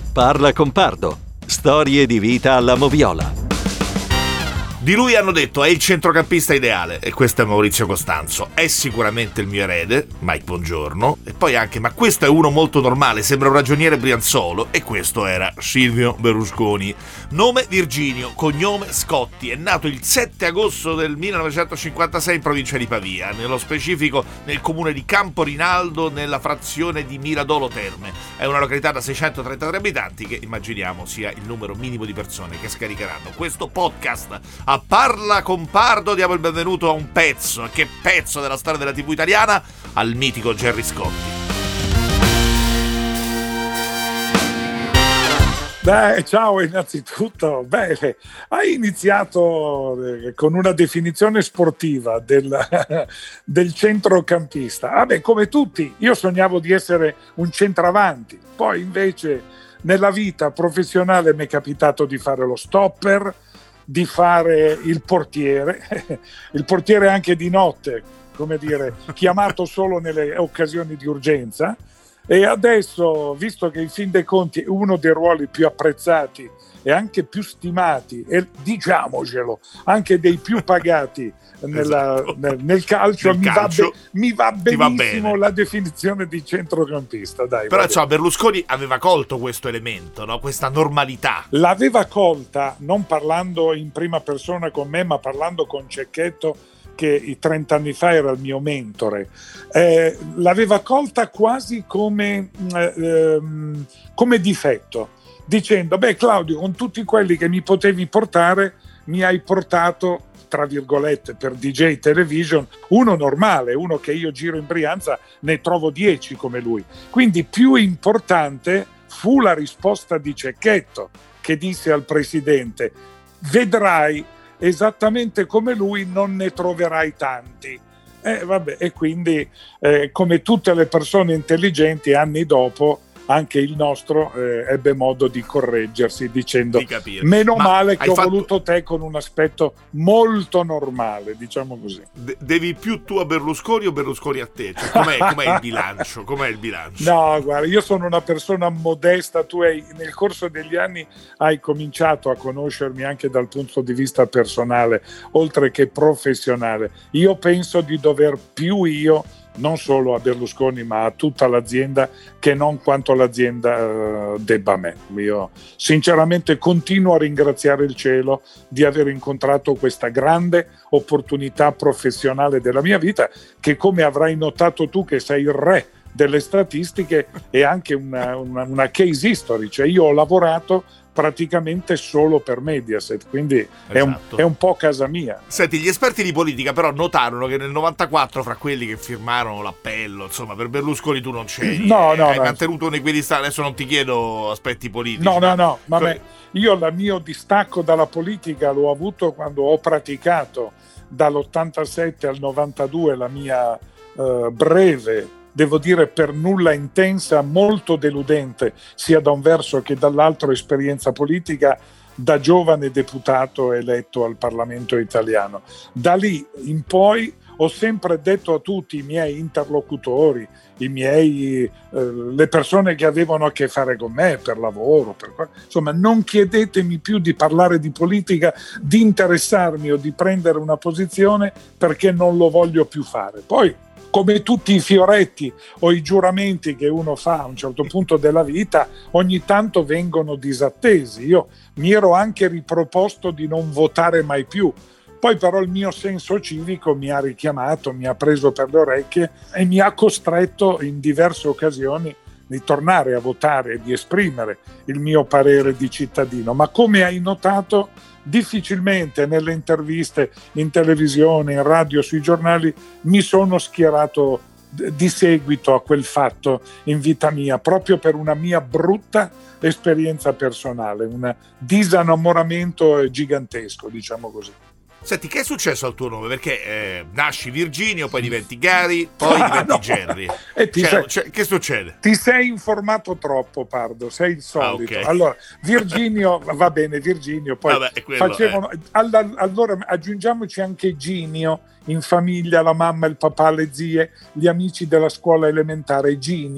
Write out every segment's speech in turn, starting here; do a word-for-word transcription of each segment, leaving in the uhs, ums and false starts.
Parla con Pardo. Storie di vita alla moviola. Di lui hanno detto è il centrocampista ideale, e questo è Maurizio Costanzo. È sicuramente il mio erede, Mike Bongiorno, e poi anche ma questo è uno molto normale, sembra un ragioniere Brianzolo, e questo era Silvio Berlusconi. Nome Virginio, cognome Scotti, è nato il sette agosto del millenovecentocinquantasei in provincia di Pavia, nello specifico nel comune di Campo Rinaldo, nella frazione di Miradolo Terme. È una località da seicentotrentatré abitanti, che immaginiamo sia il numero minimo di persone che scaricheranno questo podcast. A Parla con Pardo diamo il benvenuto a un pezzo, che pezzo della storia della tivù italiana, al mitico Gerry Scotti. Beh, ciao innanzitutto. Beh, hai iniziato eh, con una definizione sportiva del, del centrocampista. Ah, beh, come tutti, io sognavo di essere un centravanti, poi invece nella vita professionale mi è capitato di fare lo stopper, di fare il portiere, il portiere anche di notte, come dire, chiamato solo nelle occasioni di urgenza. E adesso, visto che in fin dei conti è uno dei ruoli più apprezzati e anche più stimati, e diciamocelo, anche dei più pagati nella, esatto. nel, nel calcio, nel mi, calcio va be- mi va benissimo va la definizione di centrocampista. Dai, però cioè, Berlusconi aveva colto questo elemento, no? Questa normalità. L'aveva colta, non parlando in prima persona con me, ma parlando con Cecchetto, che trent'anni fa era il mio mentore. Eh, l'aveva colta quasi come, eh, come difetto, dicendo: beh, Claudio, con tutti quelli che mi potevi portare, mi hai portato, tra virgolette, per D J Television, uno normale, uno che io giro in Brianza, ne trovo dieci come lui. Quindi più importante fu la risposta di Cecchetto, che disse al presidente: vedrai, esattamente come lui non ne troverai tanti. Eh, vabbè, e quindi eh, come tutte le persone intelligenti, anni dopo anche il nostro eh, ebbe modo di correggersi, dicendo: di meno Ma male che ho fatto... voluto te con un aspetto molto normale, diciamo così. De- devi più tu a Berlusconi o Berlusconi a te? Cioè, com'è, com'è il bilancio? Com'è il bilancio? No, guarda, io sono una persona modesta. Tu hai, nel corso degli anni hai cominciato a conoscermi anche dal punto di vista personale, oltre che professionale. Io penso di dover più io non solo a Berlusconi ma a tutta l'azienda che non quanto l'azienda uh, debba a me. Io sinceramente continuo a ringraziare il cielo di aver incontrato questa grande opportunità professionale della mia vita, che, come avrai notato tu che sei il re delle statistiche, è anche una, una, una case history, cioè io ho lavorato praticamente solo per Mediaset, quindi esatto. è, un, è un po' casa mia. Senti, gli esperti di politica però notarono che nel novantaquattro, fra quelli che firmarono l'appello, insomma, per Berlusconi tu non c'eri. No, no, hai no. mantenuto un'equidistà. Adesso non ti chiedo aspetti politici. No, no, no, ma me, io il mio distacco dalla politica l'ho avuto quando ho praticato dall'ottantasette al novantadue la mia uh, breve, devo dire per nulla intensa, molto deludente, sia da un verso che dall'altro, esperienza politica da giovane deputato eletto al Parlamento italiano. Da lì in poi ho sempre detto a tutti i miei interlocutori, i miei, eh, le persone che avevano a che fare con me per lavoro, per, insomma, non chiedetemi più di parlare di politica, di interessarmi o di prendere una posizione, perché non lo voglio più fare. Poi, come tutti i fioretti o i giuramenti che uno fa a un certo punto della vita, ogni tanto vengono disattesi. Io mi ero anche riproposto di non votare mai più. Poi però il mio senso civico mi ha richiamato, mi ha preso per le orecchie e mi ha costretto in diverse occasioni di tornare a votare e di esprimere il mio parere di cittadino. Ma come hai notato, difficilmente nelle interviste in televisione, in radio, sui giornali mi sono schierato di seguito a quel fatto in vita mia, proprio per una mia brutta esperienza personale, un disinnamoramento gigantesco, diciamo così. Senti, che è successo al tuo nome? Perché eh, nasci Virginio, poi diventi Gary, poi ah, diventi no. Gerry. E ti cioè, sei, cioè, che succede? Ti sei informato troppo, Pardo, sei il solito. Ah, okay. Allora, Virginio, va bene, Virginio, poi Vabbè, quello, facevano... Eh. Alla, allora aggiungiamoci anche Ginio, in famiglia, la mamma, il papà, le zie, gli amici della scuola elementare, Ginio.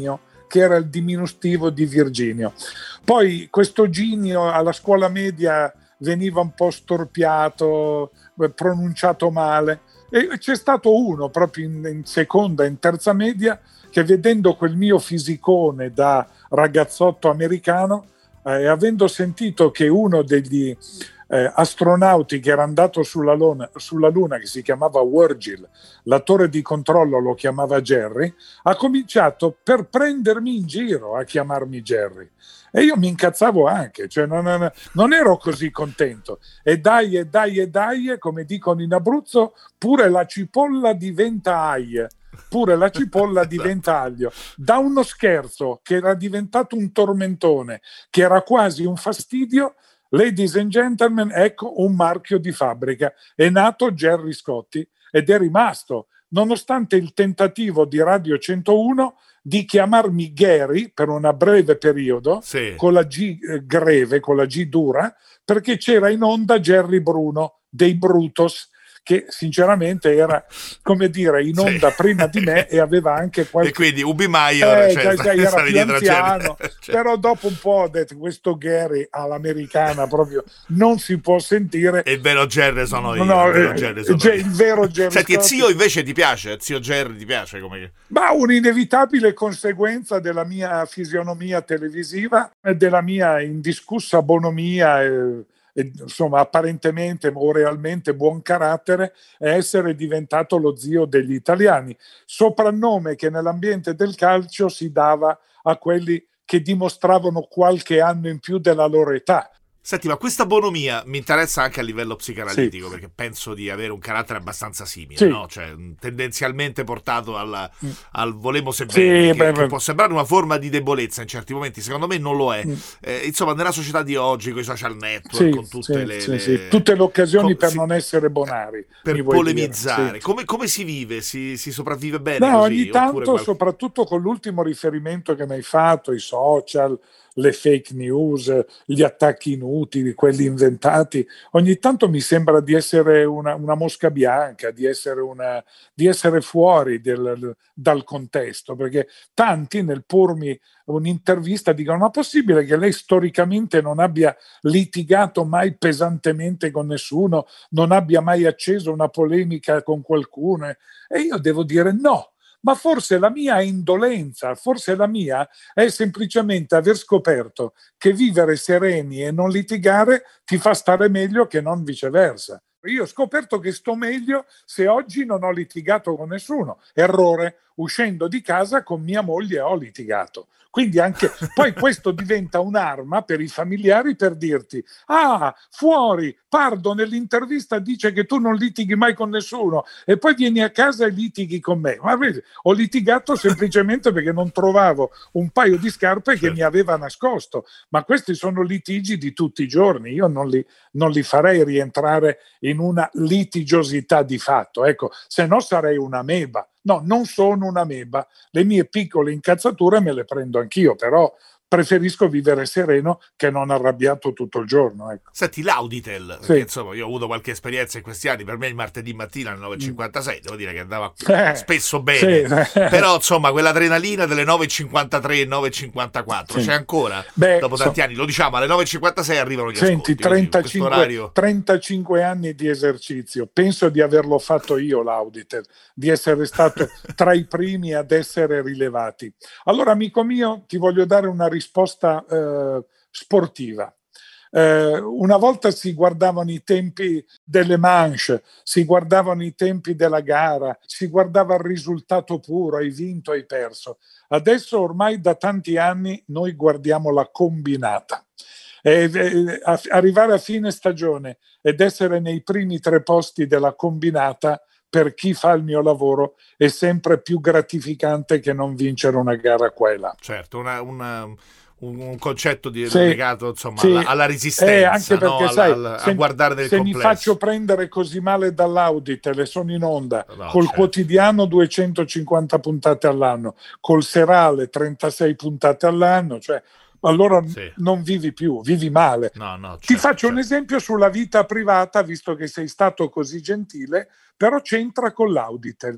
che era il diminutivo di Virginio. Poi questo Ginio alla scuola media veniva un po' storpiato, pronunciato male, e c'è stato uno proprio in, in seconda, in terza media, che vedendo quel mio fisicone da ragazzotto americano, eh, avendo sentito che uno degli eh, astronauti che era andato sulla luna, sulla luna, che si chiamava Virgil, la torre di controllo lo chiamava Jerry, ha cominciato per prendermi in giro a chiamarmi Jerry. E io mi incazzavo anche, cioè non, non, non ero così contento. E dai, e dai, e dai, come dicono in Abruzzo, pure la cipolla diventa aie, pure la cipolla diventa aglio. Da uno scherzo che era diventato un tormentone, che era quasi un fastidio, ladies and gentlemen, ecco un marchio di fabbrica. È nato Gerry Scotti ed è rimasto, nonostante il tentativo di Radio centouno di chiamarmi Gary per un breve periodo, sì, con la G eh, greve, con la G dura, perché c'era in onda Gerry Bruno dei Brutos, che sinceramente era, come dire, in onda sì, prima di me e aveva anche qualche... E quindi Ubi Maior, eh, cioè, già, già era più anziano, cioè. Però dopo un po' ho detto, questo Gary all'americana proprio non si può sentire. E il vero Gerry sono io. No, il vero eh, Gerry sono G- io. il vero Gerry Senti, Scotti. zio invece ti piace? Zio Gerry ti piace? Come... Ma un'inevitabile conseguenza della mia fisionomia televisiva e della mia indiscussa bonomia e... E, insomma, apparentemente o realmente buon carattere, è essere diventato lo zio degli italiani, soprannome che nell'ambiente del calcio si dava a quelli che dimostravano qualche anno in più della loro età. Senti, ma questa bonomia mi interessa anche a livello psicanalitico, sì, perché penso di avere un carattere abbastanza simile, sì, no? Cioè, tendenzialmente portato alla, mm. al volemo se bene, sì, che, beh, che può sembrare una forma di debolezza in certi momenti, secondo me non lo è. Mm. Eh, insomma, nella società di oggi, con i social network, sì, con tutte sì, le, sì, le... Sì. tutte le occasioni com- per si... non essere bonari. Per polemizzare. Sì. Come, come si vive? Si, si sopravvive bene no, così? ogni tanto, qualche... soprattutto con l'ultimo riferimento che mi hai fatto, i social, le fake news, gli attacchi inutili, quelli inventati, ogni tanto mi sembra di essere una, una mosca bianca, di essere, una, di essere fuori del, dal contesto, perché tanti nel pormi un'intervista dicono: ma è possibile che lei storicamente non abbia litigato mai pesantemente con nessuno, non abbia mai acceso una polemica con qualcuno? E io devo dire no. Ma forse la mia indolenza, forse la mia è semplicemente aver scoperto che vivere sereni e non litigare ti fa stare meglio che non viceversa. Io ho scoperto che sto meglio se oggi non ho litigato con nessuno. Errore, uscendo di casa con mia moglie ho litigato. Quindi anche poi questo diventa un'arma per i familiari per dirti: ah, fuori, Pardo nell'intervista dice che tu non litighi mai con nessuno e poi vieni a casa e litighi con me. Ma vedi, ho litigato semplicemente perché non trovavo un paio di scarpe che mi aveva nascosto. Ma questi sono litigi di tutti i giorni. Io non li, non li farei rientrare in una litigiosità di fatto. Ecco, se no sarei una meba. No, non sono una meba, le mie piccole incazzature me le prendo anch'io, però preferisco vivere sereno che non arrabbiato tutto il giorno. Ecco. Senti, l'Auditel, sì, perché insomma io ho avuto qualche esperienza in questi anni, per me il martedì mattina alle nove e cinquantasei, mm. devo dire che andava eh, spesso bene, sì. Però insomma quell'adrenalina delle nove e cinquantatré e nove e cinquantaquattro sì. c'è ancora. Beh, dopo tanti so... anni, lo diciamo, alle nove e cinquantasei arrivano gli Senti, ascolti. trentacinque, orario... trentacinque anni di esercizio, penso di averlo fatto io l'Auditel, di essere stato tra i primi ad essere rilevati. Allora, amico mio, ti voglio dare una risposta risposta eh, sportiva. Eh, una volta si guardavano i tempi delle manche, si guardavano i tempi della gara, si guardava il risultato puro, hai vinto, hai perso. Adesso ormai da tanti anni noi guardiamo la combinata. E, e, a, arrivare a fine stagione ed essere nei primi tre posti della combinata per chi fa il mio lavoro è sempre più gratificante che non vincere una gara qua e là. Certo, una, una, un concetto di, sì, legato insomma sì, alla, alla resistenza, eh, anche perché, no? sai, alla, se, a guardare nel se complesso. Mi faccio prendere così male dall'Auditel e sono in onda no, col certo. quotidiano duecentocinquanta puntate all'anno, col serale trentasei puntate all'anno, cioè allora sì. non vivi più, vivi male. No, no, certo, Ti faccio certo. un esempio sulla vita privata, visto che sei stato così gentile, però c'entra con l'Auditel.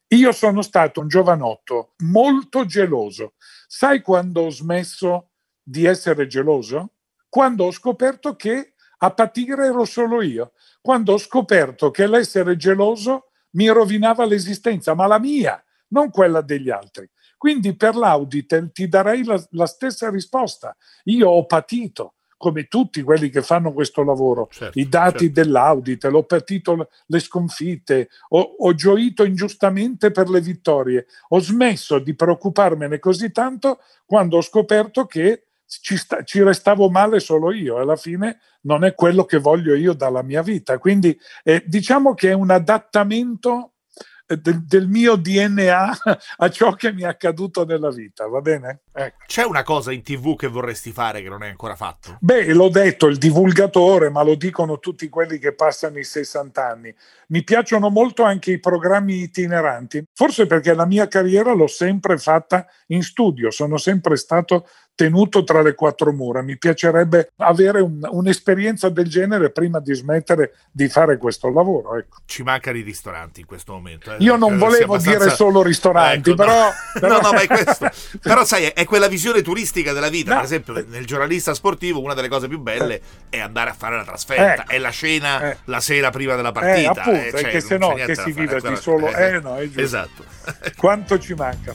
Io sono stato un giovanotto molto geloso. Sai quando ho smesso di essere geloso? Quando ho scoperto che a patire ero solo io. Quando ho scoperto che l'essere geloso mi rovinava l'esistenza, ma la mia, non quella degli altri. Quindi per l'Auditel ti darei la, la stessa risposta. Io ho patito, come tutti quelli che fanno questo lavoro, certo, i dati certo. dell'Auditel, ho patito le sconfitte, ho, ho gioito ingiustamente per le vittorie. Ho smesso di preoccuparmene così tanto quando ho scoperto che ci, sta, ci restavo male solo io. Alla fine non è quello che voglio io dalla mia vita. Quindi eh, diciamo che è un adattamento Del, del mio D N A a ciò che mi è accaduto nella vita, va bene? Ecco. C'è una cosa in tivù che vorresti fare che non hai ancora fatto? Beh, l'ho detto, il divulgatore, ma lo dicono tutti quelli che passano i sessanta anni. Mi piacciono molto anche i programmi itineranti, forse perché la mia carriera l'ho sempre fatta in studio, sono sempre stato tenuto tra le quattro mura. Mi piacerebbe avere un, un'esperienza del genere prima di smettere di fare questo lavoro. Ecco. Ci mancano i ristoranti in questo momento. Eh. Io non volevo abbastanza... dire solo ristoranti, ecco, però, no. però... no, no, ma è questo. Però sai, è quella visione turistica della vita. No. Per esempio, nel giornalista sportivo una delle cose più belle eh. è andare a fare la trasferta, ecco. è la cena eh. la sera prima della partita. Eh, appunto, eh, cioè, che se no che si vive di solo... Eh, eh, no, è giusto. Esatto. Quanto ci manca?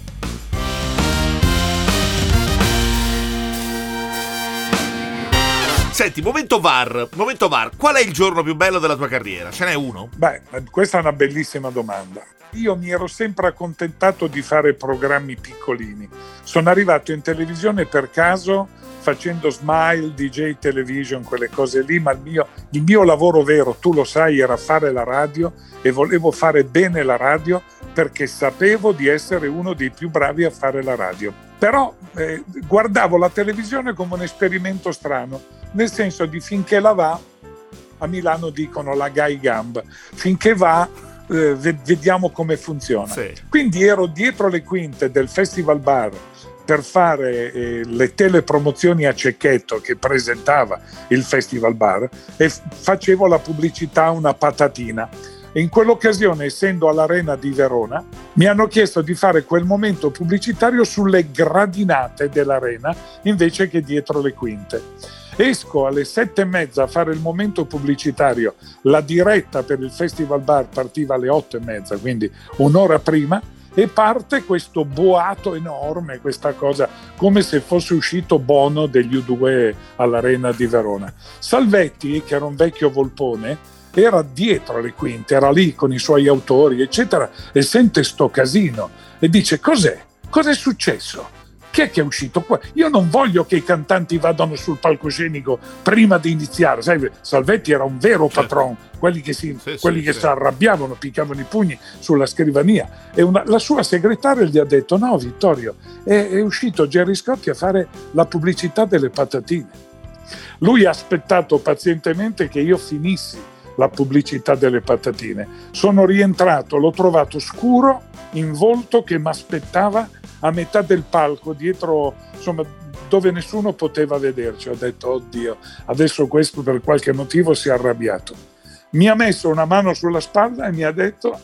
Senti, momento V A R, momento V A R, qual è il giorno più bello della tua carriera? Ce n'è uno? Beh, questa è una bellissima domanda. Io mi ero sempre accontentato di fare programmi piccolini. Sono arrivato in televisione per caso facendo Smile, D J Television, quelle cose lì, ma il mio, il mio lavoro vero, tu lo sai, era fare la radio e volevo fare bene la radio perché sapevo di essere uno dei più bravi a fare la radio. Però eh, guardavo la televisione come un esperimento strano, nel senso di finché la va, a Milano dicono la Gai Gamba, finché va eh, vediamo come funziona. Sì. Quindi ero dietro le quinte del Festival Bar per fare eh, le telepromozioni a Cecchetto che presentava il Festival Bar e f- facevo la pubblicità a una patatina. E in quell'occasione, essendo all'Arena di Verona, mi hanno chiesto di fare quel momento pubblicitario sulle gradinate dell'Arena invece che dietro le quinte. Esco alle sette e mezza a fare il momento pubblicitario, la diretta per il Festival Bar partiva alle otto e mezza, quindi un'ora prima, e parte questo boato enorme, questa cosa come se fosse uscito Bono degli U due all'Arena di Verona. Salvetti, che era un vecchio volpone, era dietro le quinte, era lì con i suoi autori, eccetera, e sente sto casino e dice: cos'è? Cos'è successo? Chi è che è uscito qua? Io non voglio che i cantanti vadano sul palcoscenico prima di iniziare. Sai, Salvetti era un vero certo. patron, quelli che si, sì, quelli sì, che sì. si arrabbiavano, piccavano i pugni sulla scrivania. E una, la sua segretaria gli ha detto: no, Vittorio, è, è uscito Gerry Scotti a fare la pubblicità delle patatine. Lui ha aspettato pazientemente che io finissi la pubblicità delle patatine. Sono rientrato, l'ho trovato scuro, in volto, che mi aspettava a metà del palco, dietro, insomma, dove nessuno poteva vederci. Ho detto: oddio, adesso questo per qualche motivo si è arrabbiato. Mi ha messo una mano sulla spalla e mi ha detto: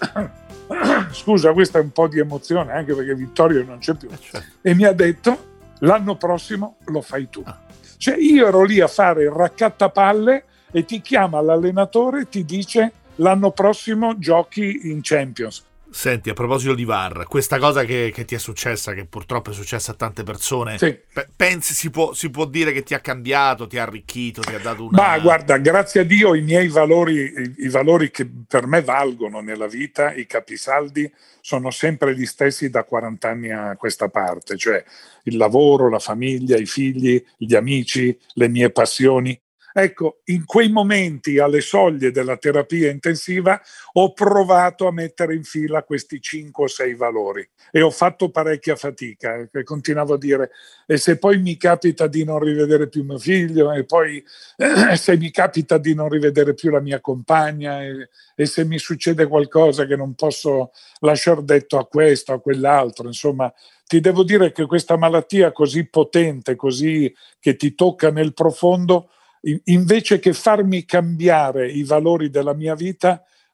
scusa, questa è un po' di emozione, anche perché Vittorio non c'è più. E mi ha detto: l'anno prossimo lo fai tu. Cioè, io ero lì a fare il raccattapalle e ti chiama l'allenatore e ti dice: l'anno prossimo giochi in Champions. Senti, a proposito di V A R, questa cosa che, che ti è successa, che purtroppo è successa a tante persone, sì. pe- pensi si può, si può dire che ti ha cambiato, ti ha arricchito, ti ha dato una... Ma guarda, grazie a Dio i miei valori, i, i valori che per me valgono nella vita, i capisaldi, sono sempre gli stessi da quaranta anni a questa parte, cioè il lavoro, la famiglia, i figli, gli amici, le mie passioni. Ecco, in quei momenti, alle soglie della terapia intensiva, ho provato a mettere in fila questi cinque o sei valori e ho fatto parecchia fatica, eh, continuavo a dire: e se poi mi capita di non rivedere più mio figlio, e poi eh, se mi capita di non rivedere più la mia compagna, e, e se mi succede qualcosa che non posso lasciar detto a questo, a quell'altro, insomma, ti devo dire che questa malattia così potente, così che ti tocca nel profondo, invece che farmi cambiare i valori della mia vita,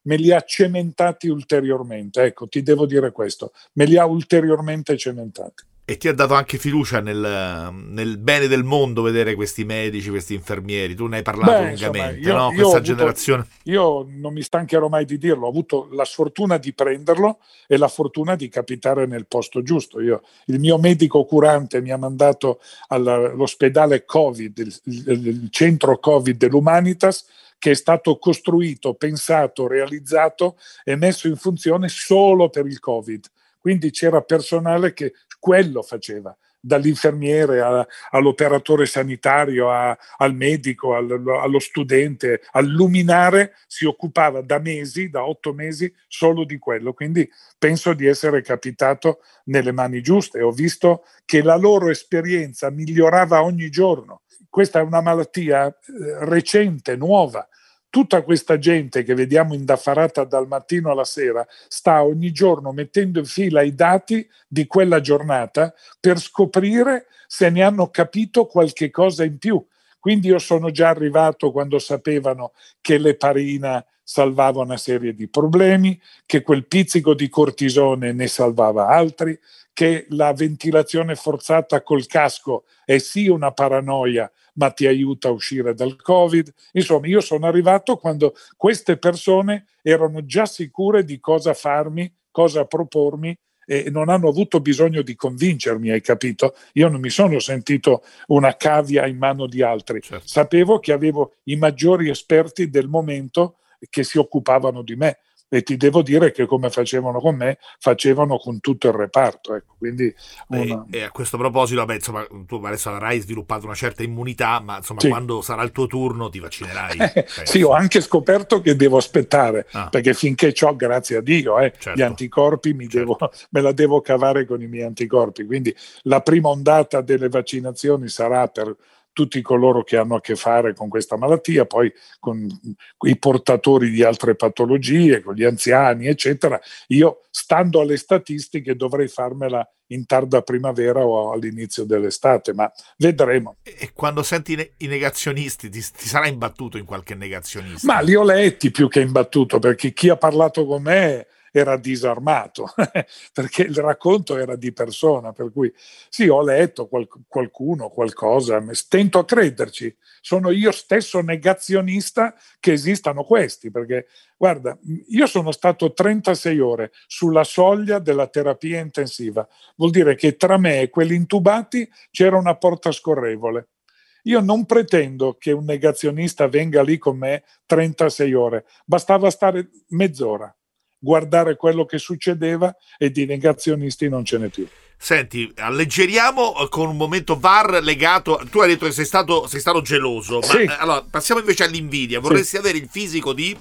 me li ha cementati ulteriormente. Ecco, ti devo dire questo, me li ha ulteriormente cementati. E ti ha dato anche fiducia nel, nel bene del mondo vedere questi medici, questi infermieri. Tu ne hai parlato Beh, lungamente, insomma, io, no? Io Questa avuto, generazione. Io non mi stancherò mai di dirlo, ho avuto la sfortuna di prenderlo e la fortuna di capitare nel posto giusto. Io, il mio medico curante mi ha mandato all'ospedale Covid, il, il, il centro Covid dell'Humanitas, che è stato costruito, pensato, realizzato e messo in funzione solo per il Covid. Quindi c'era personale che quello faceva, dall'infermiere a, all'operatore sanitario, a, al medico, al, allo studente, al luminare, si occupava da mesi, da otto mesi, solo di quello. Quindi penso di essere capitato nelle mani giuste. Ho visto che la loro esperienza migliorava ogni giorno. Questa è una malattia eh, recente, nuova. Tutta questa gente che vediamo indaffarata dal mattino alla sera sta ogni giorno mettendo in fila i dati di quella giornata per scoprire se ne hanno capito qualche cosa in più. Quindi io sono già arrivato quando sapevano che l'eparina salvava una serie di problemi, che quel pizzico di cortisone ne salvava altri, che la ventilazione forzata col casco è sì una paranoia, ma ti aiuta a uscire dal Covid. Insomma, io sono arrivato quando queste persone erano già sicure di cosa farmi, cosa propormi, e non hanno avuto bisogno di convincermi, hai capito? Io non mi sono sentito una cavia in mano di altri. Certo. Sapevo che avevo i maggiori esperti del momento che si occupavano di me. E ti devo dire che come facevano con me, facevano con tutto il reparto. Ecco, quindi una... e, e a questo proposito, vabbè, insomma, tu adesso avrai sviluppato una certa immunità, ma insomma, sì. quando sarà il tuo turno ti vaccinerai. Eh, sì, ho anche scoperto che devo aspettare, ah. perché finché c'ho, grazie a Dio, eh, certo. gli anticorpi mi certo. devo, me la devo cavare con i miei anticorpi. Quindi la prima ondata delle vaccinazioni sarà per tutti coloro che hanno a che fare con questa malattia, poi con i portatori di altre patologie, con gli anziani, eccetera. Io, stando alle statistiche, dovrei farmela in tarda primavera o all'inizio dell'estate, ma vedremo. E quando senti i negazionisti, ti, ti sarà imbattuto in qualche negazionista? Ma li ho letti più che imbattuto, perché chi ha parlato con me era disarmato, perché il racconto era di persona, per cui sì, ho letto qual- qualcuno, qualcosa, tento a crederci, sono io stesso negazionista che esistano questi, perché guarda, io sono stato trentasei ore sulla soglia della terapia intensiva, vuol dire che tra me e quelli intubati c'era una porta scorrevole. Io non pretendo che un negazionista venga lì con me trentasei ore, bastava stare mezz'ora, guardare quello che succedeva, e di negazionisti non ce n'è più. Senti, alleggeriamo con un momento V A R legato. Tu hai detto che sei stato, sei stato geloso, sì. ma allora passiamo invece all'invidia. Vorresti sì. avere il fisico di...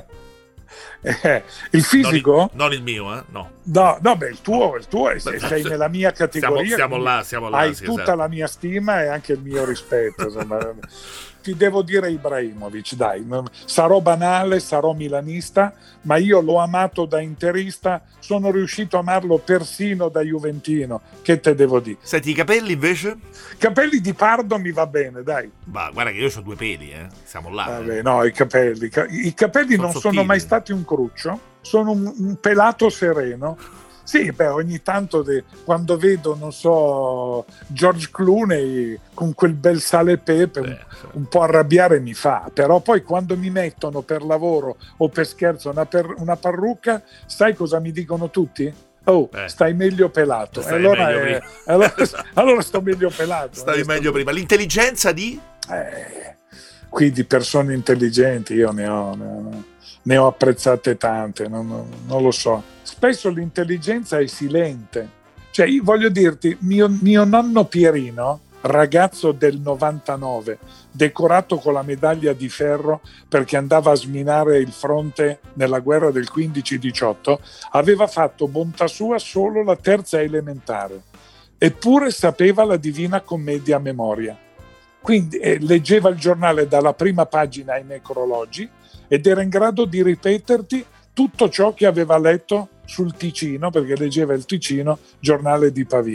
eh, il fisico? Non il, non il mio, eh? No. No, no, beh, il tuo, il tuo è, sei nella mia categoria. Siamo, siamo là, siamo là. Hai sì, tutta esatto. la mia stima e anche il mio rispetto. Insomma. Ti devo dire Ibrahimovic, dai, sarò banale, sarò milanista, ma io l'ho amato da interista, sono riuscito a amarlo persino da juventino, che te devo dire. Senti, i capelli invece? Capelli di Pardo mi va bene, dai. Ma guarda che io ho due peli, eh. Siamo là. Vabbè, eh. no, i capelli, i capelli sono non sottili. Sono mai stati un cruccio, sono un, un pelato sereno. Sì, beh, ogni tanto de, quando vedo, non so, George Clooney con quel bel sale e pepe, un, un po' arrabbiare mi fa, però poi quando mi mettono per lavoro o per scherzo una, per, una parrucca, sai cosa mi dicono tutti? Oh, eh. stai meglio pelato. Stai allora, meglio eh, allora, allora sto meglio pelato. Stavi meglio sto... prima. L'intelligenza di? Eh, qui di persone intelligenti io ne ho... Ne ho ne ho apprezzate tante, non, non, non lo so. Spesso l'intelligenza è silente. Cioè, io voglio dirti, mio, mio nonno Pierino, ragazzo del novantanove, decorato con la medaglia di ferro perché andava a sminare il fronte nella guerra del quindici diciotto, aveva fatto bontà sua solo la terza elementare, eppure sapeva la Divina Commedia a memoria. Quindi eh, leggeva il giornale dalla prima pagina ai necrologi ed era in grado di ripeterti tutto ciò che aveva letto sul Ticino, perché leggeva il Ticino, giornale di Pavia.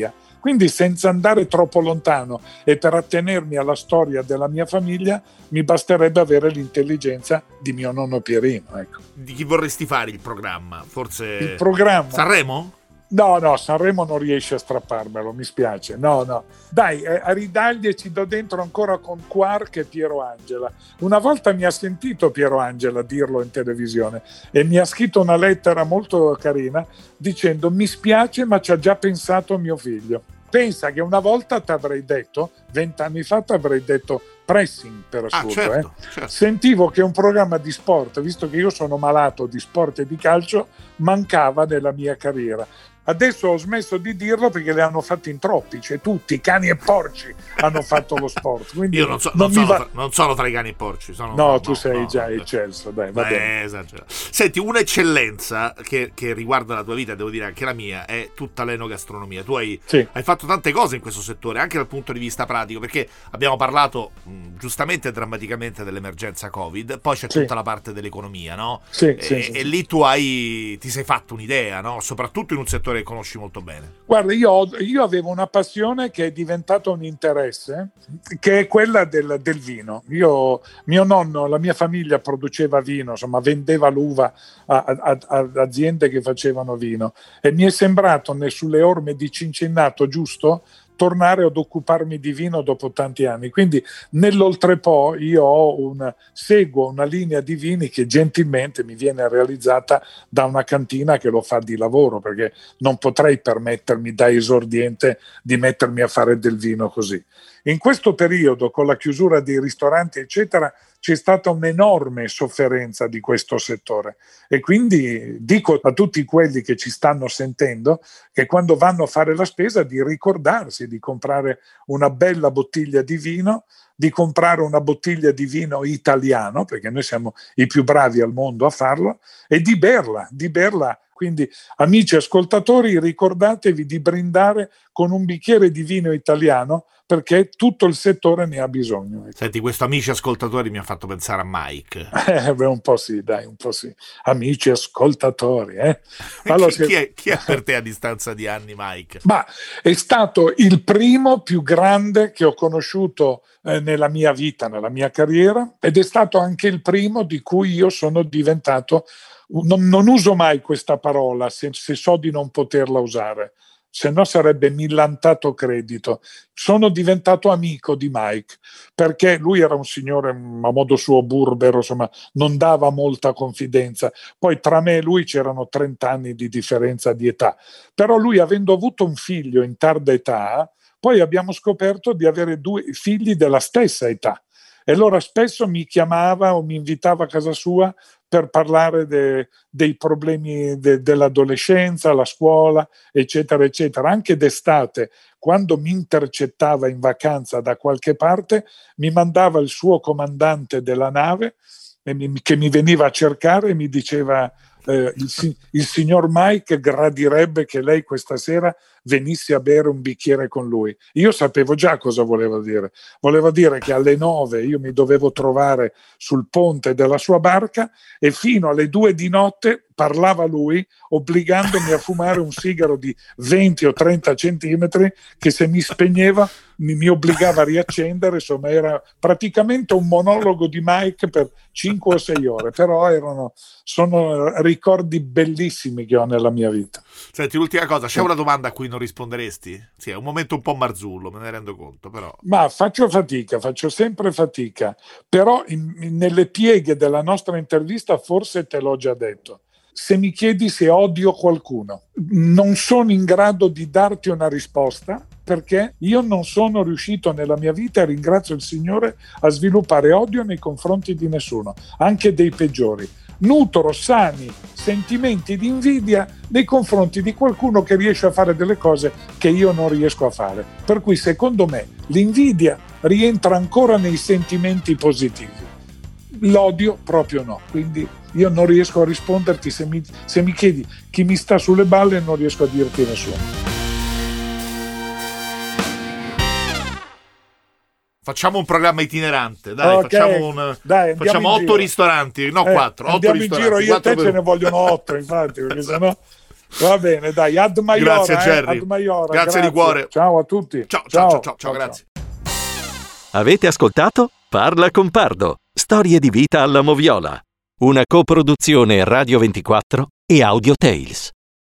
Quindi, senza andare troppo lontano e per attenermi alla storia della mia famiglia, mi basterebbe avere l'intelligenza di mio nonno Pierino. Ecco. Di chi vorresti fare il programma? Forse il programma? Sanremo? No, no, Sanremo non riesce a strapparmelo, mi spiace. No, no. Dai, eh, a Ridaglie ci do dentro ancora con Quark e Piero Angela. Una volta mi ha sentito Piero Angela dirlo in televisione e mi ha scritto una lettera molto carina dicendo: mi spiace, ma ci ha già pensato mio figlio. Pensa che una volta ti avrei detto, vent'anni fa ti avrei detto pressing, per assurdo. Ah, certo, eh. certo. Sentivo che un programma di sport, visto che io sono malato di sport e di calcio, mancava nella mia carriera. Adesso ho smesso di dirlo perché le hanno fatti in troppi, cioè tutti, cani e porci hanno fatto lo sport. Quindi io non, so, non, non, sono va... tra, non sono tra i cani e porci. Sono, no, no, tu no, sei no, già no, eccelso, dai, va beh, bene. Esagerato. Senti, un'eccellenza che, che riguarda la tua vita, devo dire anche la mia, è tutta l'enogastronomia. Tu hai, sì. hai fatto tante cose in questo settore, anche dal punto di vista pratico, perché abbiamo parlato mh, giustamente e drammaticamente dell'emergenza Covid, poi c'è sì. tutta la parte dell'economia, no? Sì, e, sì, e, sì, e sì. lì tu hai ti sei fatto un'idea, no? Soprattutto in un settore che conosci molto bene. Guarda, io, io avevo una passione che è diventata un interesse, che è quella del, del vino. Io, mio nonno, la mia famiglia produceva vino, insomma vendeva l'uva a, a, a aziende che facevano vino, e mi è sembrato sulle orme di Cincinnato giusto tornare ad occuparmi di vino dopo tanti anni. Quindi nell'Oltrepo io ho un, seguo una linea di vini che gentilmente mi viene realizzata da una cantina che lo fa di lavoro, perché non potrei permettermi da esordiente di mettermi a fare del vino così. In questo periodo, con la chiusura dei ristoranti eccetera, c'è stata un'enorme sofferenza di questo settore, e quindi dico a tutti quelli che ci stanno sentendo che quando vanno a fare la spesa di ricordarsi di comprare una bella bottiglia di vino, di comprare una bottiglia di vino italiano, perché noi siamo i più bravi al mondo a farlo, e di berla, di berla. Quindi, amici ascoltatori, ricordatevi di brindare con un bicchiere di vino italiano, perché tutto il settore ne ha bisogno. Senti, questo amici ascoltatori mi ha fatto pensare a Mike. Eh, beh, un po' sì, dai, un po' sì. Amici ascoltatori, eh. Allora, chi, chi, è, chi è per te a distanza di anni Mike? Ma è stato il primo più grande che ho conosciuto eh, nella mia vita, nella mia carriera, ed è stato anche il primo di cui io sono diventato. Non, non uso mai questa parola se, se so di non poterla usare, se no sarebbe millantato credito. Sono diventato amico di Mike, perché lui era un signore a modo suo burbero, insomma non dava molta confidenza. Poi tra me e lui c'erano trenta anni di differenza di età, però lui, avendo avuto un figlio in tarda età, poi abbiamo scoperto di avere due figli della stessa età, e allora spesso mi chiamava o mi invitava a casa sua per parlare de, dei problemi de, dell'adolescenza, la scuola, eccetera, eccetera. Anche d'estate, quando mi intercettava in vacanza da qualche parte, mi mandava il suo comandante della nave e mi, che mi veniva a cercare e mi diceva eh, il, il signor Mike gradirebbe che lei questa sera venisse a bere un bicchiere con lui. Io sapevo già cosa voleva dire. Voleva dire che alle nove io mi dovevo trovare sul ponte della sua barca e fino alle due di notte parlava lui, obbligandomi a fumare un sigaro di venti o trenta centimetri che se mi spegneva mi, mi obbligava a riaccendere. Insomma, era praticamente un monologo di Mike per cinque o sei ore, però erano, sono ricordi bellissimi che ho nella mia vita. Senti, l'ultima cosa, c'è una domanda a cui non risponderesti? Sì, è un momento un po' marzullo, me ne rendo conto, però. Ma faccio fatica, faccio sempre fatica, però in, in, nelle pieghe della nostra intervista forse te l'ho già detto. Se mi chiedi se odio qualcuno, non sono in grado di darti una risposta, perché io non sono riuscito nella mia vita, e ringrazio il Signore, a sviluppare odio nei confronti di nessuno, anche dei peggiori. Nutro sani sentimenti di invidia nei confronti di qualcuno che riesce a fare delle cose che io non riesco a fare. Per cui secondo me l'invidia rientra ancora nei sentimenti positivi, l'odio proprio no. Quindi io non riesco a risponderti, se mi, se mi chiedi chi mi sta sulle balle non riesco a dirti nessuno. Facciamo un programma itinerante, dai, okay. facciamo, un, dai, facciamo otto giro. ristoranti, no eh, quattro, otto andiamo ristoranti. In giro, io e te per... ce ne vogliono otto, infatti, perché esatto. sennò Va bene, dai, ad maiora. Grazie, Gerry. Eh, ad maiora. Grazie, grazie di cuore. Ciao a tutti. Ciao, ciao, ciao, ciao, ciao, ciao grazie. Avete ascoltato Parla con Pardo, storie di vita alla moviola, una coproduzione Radio ventiquattro e Audio Tales.